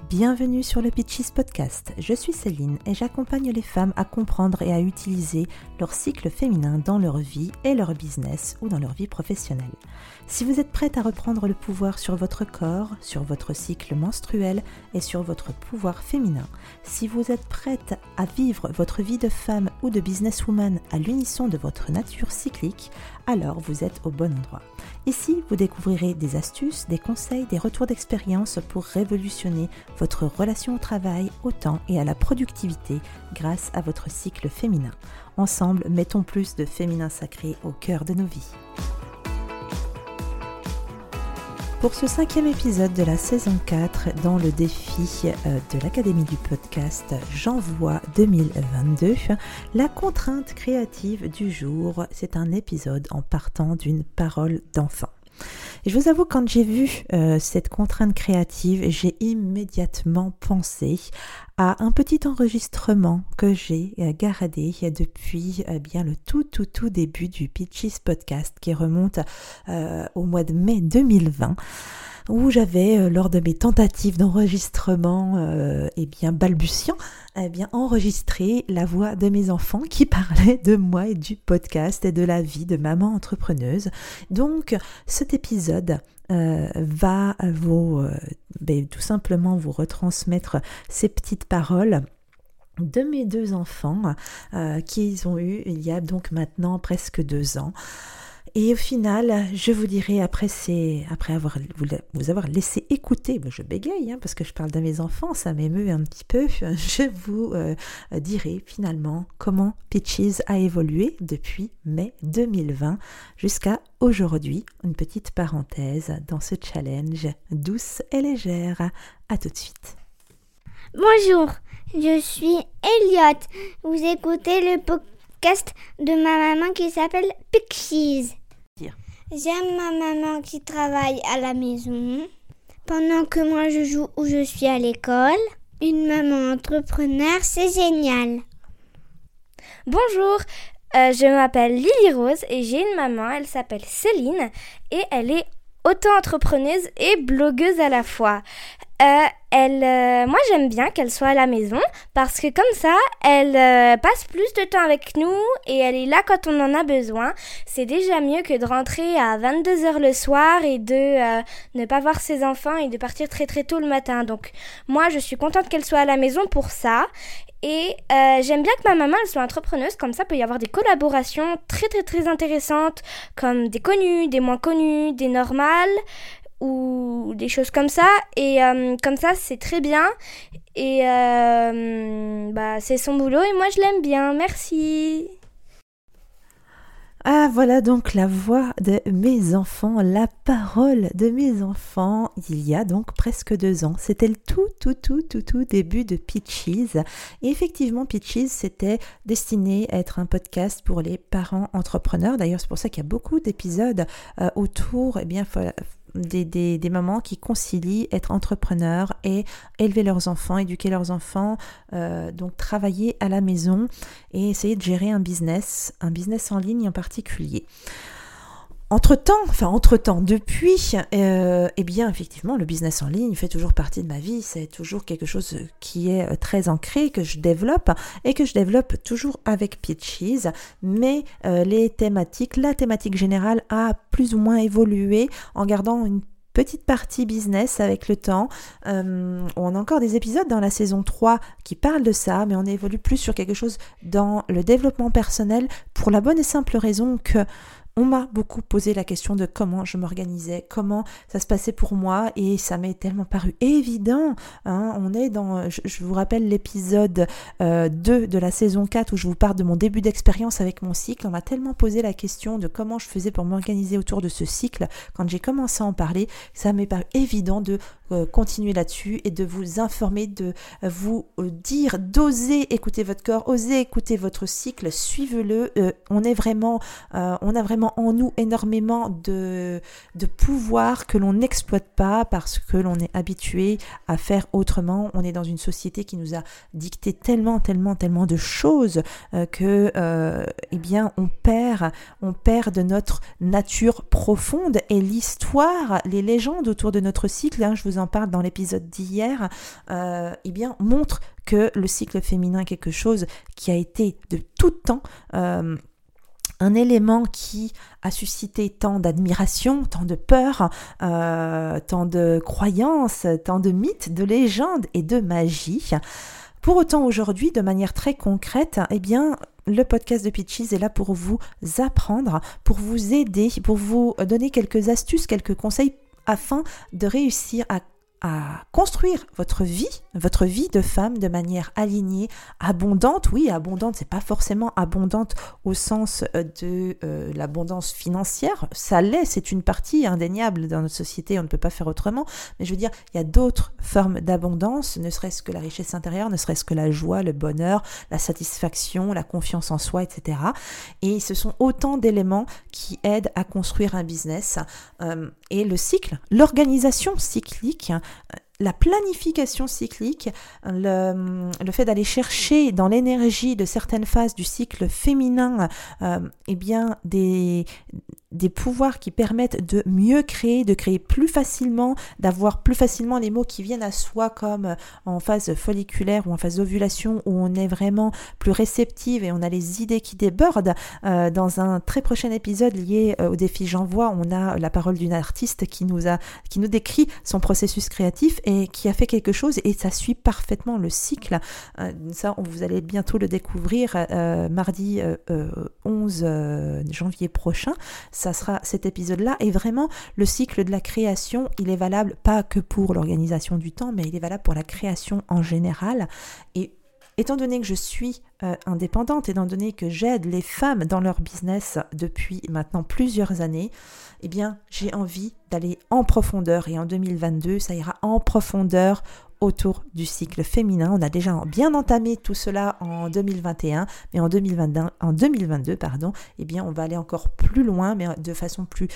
Bienvenue sur le Peaches Podcast. Je suis Céline et j'accompagne les femmes à comprendre et à utiliser leur cycle féminin dans leur vie et leur business ou dans leur vie professionnelle. Si vous êtes prête à reprendre le pouvoir sur votre corps, sur votre cycle menstruel et sur votre pouvoir féminin, si vous êtes prête à vivre votre vie de femme ou de businesswoman à l'unisson de votre nature cyclique, alors vous êtes au bon endroit. Ici, vous découvrirez des astuces, des conseils, des retours d'expérience pour révolutionner votre relation au travail, au temps et à la productivité grâce à votre cycle féminin. Ensemble, mettons plus de féminin sacré au cœur de nos vies. Pour ce 5e épisode de la saison 4, dans le défi de l'Académie du podcast J'envoie 2022, la contrainte créative du jour, c'est un épisode en partant d'une parole d'enfant. Et je vous avoue, quand j'ai vu cette contrainte créative, j'ai immédiatement pensé à un petit enregistrement que j'ai gardé depuis bien le tout début du Peaches Podcast qui remonte au mois de mai 2020. Où j'avais, lors de mes tentatives d'enregistrement balbutiant, enregistré la voix de mes enfants qui parlaient de moi et du podcast et de la vie de maman entrepreneuse. Donc cet épisode va vous tout simplement vous retransmettre ces petites paroles de mes 2 enfants qu'ils ont eu il y a donc maintenant presque 2 ans. Et au final, je vous dirai, après vous avoir laissé écouter, je bégaye parce que je parle de mes enfants, ça m'émeut un petit peu, je vous dirai finalement comment Peaches a évolué depuis mai 2020 jusqu'à aujourd'hui. Une petite parenthèse dans ce challenge douce et légère. À tout de suite. Bonjour, je suis Elliot. Vous écoutez le podcast de ma maman qui s'appelle Peaches. J'aime ma maman qui travaille à la maison pendant que moi je joue ou je suis à l'école. Une maman entrepreneur, c'est génial. Bonjour, je m'appelle Lily Rose et j'ai une maman, elle s'appelle Céline et elle est auto-entrepreneuse et blogueuse à la fois. Moi j'aime bien qu'elle soit à la maison parce que comme ça elle passe plus de temps avec nous et elle est là quand on en a besoin. C'est déjà mieux que de rentrer à 22h le soir et de ne pas voir ses enfants et de partir très très tôt le matin. Donc moi je suis contente qu'elle soit à la maison pour ça. Et j'aime bien que ma maman elle soit entrepreneuse, comme ça il peut y avoir des collaborations très très très intéressantes, comme des connus, des moins connus, des normales ou des choses comme ça. Et comme ça c'est très bien et c'est son boulot et moi je l'aime bien. Merci. Ah, voilà donc la voix de mes enfants, la parole de mes enfants, il y a donc presque 2 ans. C'était le tout début de Peaches. Et effectivement, Peaches, c'était destiné à être un podcast pour les parents entrepreneurs. D'ailleurs, c'est pour ça qu'il y a beaucoup d'épisodes autour, des mamans qui concilient être entrepreneurs et élever leurs enfants, éduquer leurs enfants, donc travailler à la maison et essayer de gérer un business en ligne en particulier. Entre-temps, depuis, effectivement, le business en ligne fait toujours partie de ma vie. C'est toujours quelque chose qui est très ancré, que je développe toujours avec Peaches. Mais la thématique générale a plus ou moins évolué en gardant une petite partie business avec le temps. On a encore des épisodes dans la saison 3 qui parlent de ça, mais on évolue plus sur quelque chose dans le développement personnel pour la bonne et simple raison que on m'a beaucoup posé la question de comment je m'organisais, comment ça se passait pour moi et ça m'est tellement paru évident. On est dans, je vous rappelle l'épisode 2 de la saison 4 où je vous parle de mon début d'expérience avec mon cycle. On m'a tellement posé la question de comment je faisais pour m'organiser autour de ce cycle. Quand j'ai commencé à en parler, ça m'est paru évident de continuer là-dessus et de vous informer, de vous dire d'oser écouter votre corps, oser écouter votre cycle, suivez-le. On a vraiment en nous énormément de pouvoir que l'on n'exploite pas parce que l'on est habitué à faire autrement. On est dans une société qui nous a dicté tellement de choses que on perd de notre nature profonde. Et l'histoire, les légendes autour de notre cycle, je vous en parle dans l'épisode d'hier, montre que le cycle féminin est quelque chose qui a été de tout temps un élément qui a suscité tant d'admiration, tant de peur, tant de croyances, tant de mythes, de légendes et de magie. Pour autant, aujourd'hui, de manière très concrète, le podcast de Peaches est là pour vous apprendre, pour vous aider, pour vous donner quelques astuces, quelques conseils afin de réussir à construire votre vie de femme de manière alignée, abondante. Oui, abondante, c'est pas forcément abondante au sens de l'abondance financière. Ça l'est, c'est une partie indéniable dans notre société, on ne peut pas faire autrement. Mais je veux dire, il y a d'autres formes d'abondance, ne serait-ce que la richesse intérieure, ne serait-ce que la joie, le bonheur, la satisfaction, la confiance en soi, etc. Et ce sont autant d'éléments qui aident à construire un business. Et le cycle, l'organisation cyclique, la planification cyclique, le fait d'aller chercher dans l'énergie de certaines phases du cycle féminin des pouvoirs qui permettent de mieux créer, de créer plus facilement, d'avoir plus facilement les mots qui viennent à soi, comme en phase folliculaire ou en phase d'ovulation, où on est vraiment plus réceptive et on a les idées qui débordent. Dans un très prochain épisode lié au défi J'envoie, on a la parole d'une artiste qui nous décrit son processus créatif et qui a fait quelque chose, et ça suit parfaitement le cycle. Ça, vous allez bientôt le découvrir mardi 11 janvier prochain. Ça sera cet épisode-là. Et vraiment, le cycle de la création, il est valable pas que pour l'organisation du temps, mais il est valable pour la création en général. Et étant donné que je suis indépendante, étant donné que j'aide les femmes dans leur business depuis maintenant plusieurs années, j'ai envie d'aller en profondeur. Et en 2022, ça ira en profondeur autour du cycle féminin. On a déjà bien entamé tout cela en 2021, mais en 2022, on va aller encore plus loin, mais de façon plus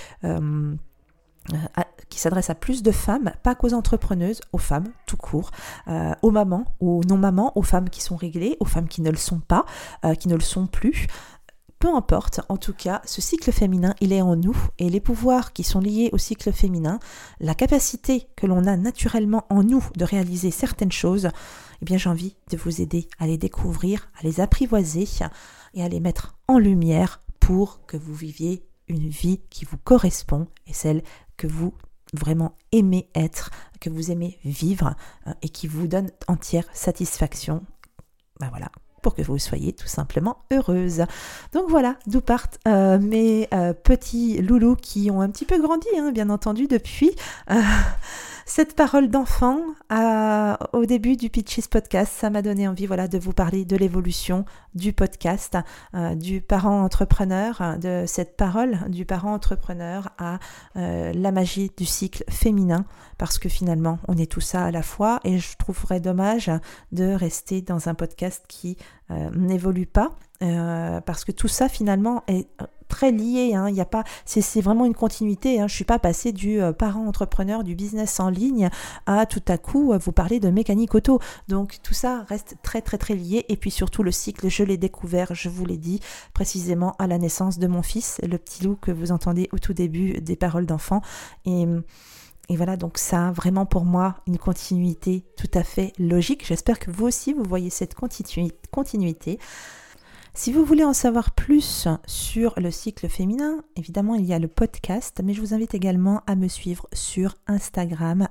qui s'adresse à plus de femmes, pas qu'aux entrepreneuses, aux femmes tout court, aux mamans, aux non-mamans, aux femmes qui sont réglées, aux femmes qui ne le sont pas, qui ne le sont plus. Peu importe, en tout cas, ce cycle féminin, il est en nous, et les pouvoirs qui sont liés au cycle féminin, la capacité que l'on a naturellement en nous de réaliser certaines choses, j'ai envie de vous aider à les découvrir, à les apprivoiser et à les mettre en lumière pour que vous viviez une vie qui vous correspond et celle que vous vraiment aimez être, que vous aimez vivre et qui vous donne entière satisfaction. Pour que vous soyez tout simplement heureuse. Donc voilà, d'où partent mes petits loulous qui ont un petit peu grandi, bien entendu, depuis cette parole d'enfant au début du Peaches Podcast. Ça m'a donné envie de vous parler de l'évolution du podcast, du parent entrepreneur, de cette parole du parent entrepreneur à la magie du cycle féminin, parce que finalement, on est tout ça à la fois, et je trouverais dommage de rester dans un podcast qui n'évolue pas, parce que tout ça finalement est très lié, il y a pas, c'est vraiment une continuité, je suis pas passée du parent entrepreneur du business en ligne à tout à coup vous parler de mécanique auto, donc tout ça reste très très très lié. Et puis surtout le cycle, je l'ai découvert, je vous l'ai dit, précisément à la naissance de mon fils, le petit loup que vous entendez au tout début des paroles d'enfant, et voilà, donc ça a vraiment pour moi une continuité tout à fait logique. J'espère que vous aussi vous voyez cette continuité. Si vous voulez en savoir plus sur le cycle féminin, évidemment il y a le podcast, mais je vous invite également à me suivre sur Instagram,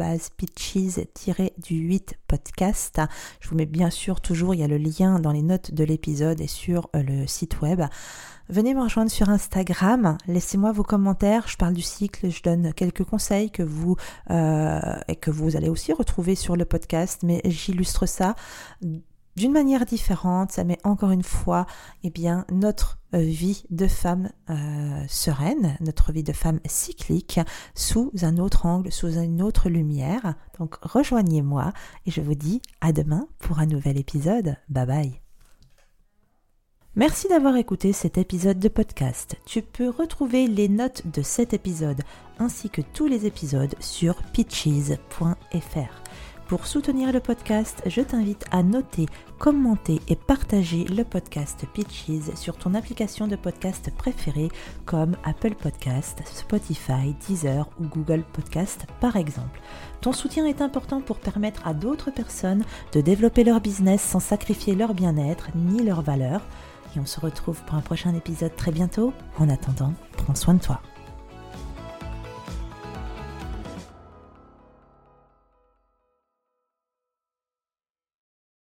@pitches-du8podcast. Je vous mets bien sûr toujours, il y a le lien dans les notes de l'épisode et sur le site web. Venez me rejoindre sur Instagram, laissez-moi vos commentaires, je parle du cycle, je donne quelques conseils que vous allez aussi retrouver sur le podcast, mais j'illustre ça d'une manière différente. Ça met encore une fois notre vie de femme sereine, notre vie de femme cyclique sous un autre angle, sous une autre lumière. Donc rejoignez-moi et je vous dis à demain pour un nouvel épisode. Bye bye. Merci d'avoir écouté cet épisode de podcast. Tu peux retrouver les notes de cet épisode ainsi que tous les épisodes sur peaches.fr. Pour soutenir le podcast, je t'invite à noter, commenter et partager le podcast Peaches sur ton application de podcast préférée comme Apple Podcast, Spotify, Deezer ou Google Podcast par exemple. Ton soutien est important pour permettre à d'autres personnes de développer leur business sans sacrifier leur bien-être ni leurs valeurs. Et on se retrouve pour un prochain épisode très bientôt. En attendant, prends soin de toi.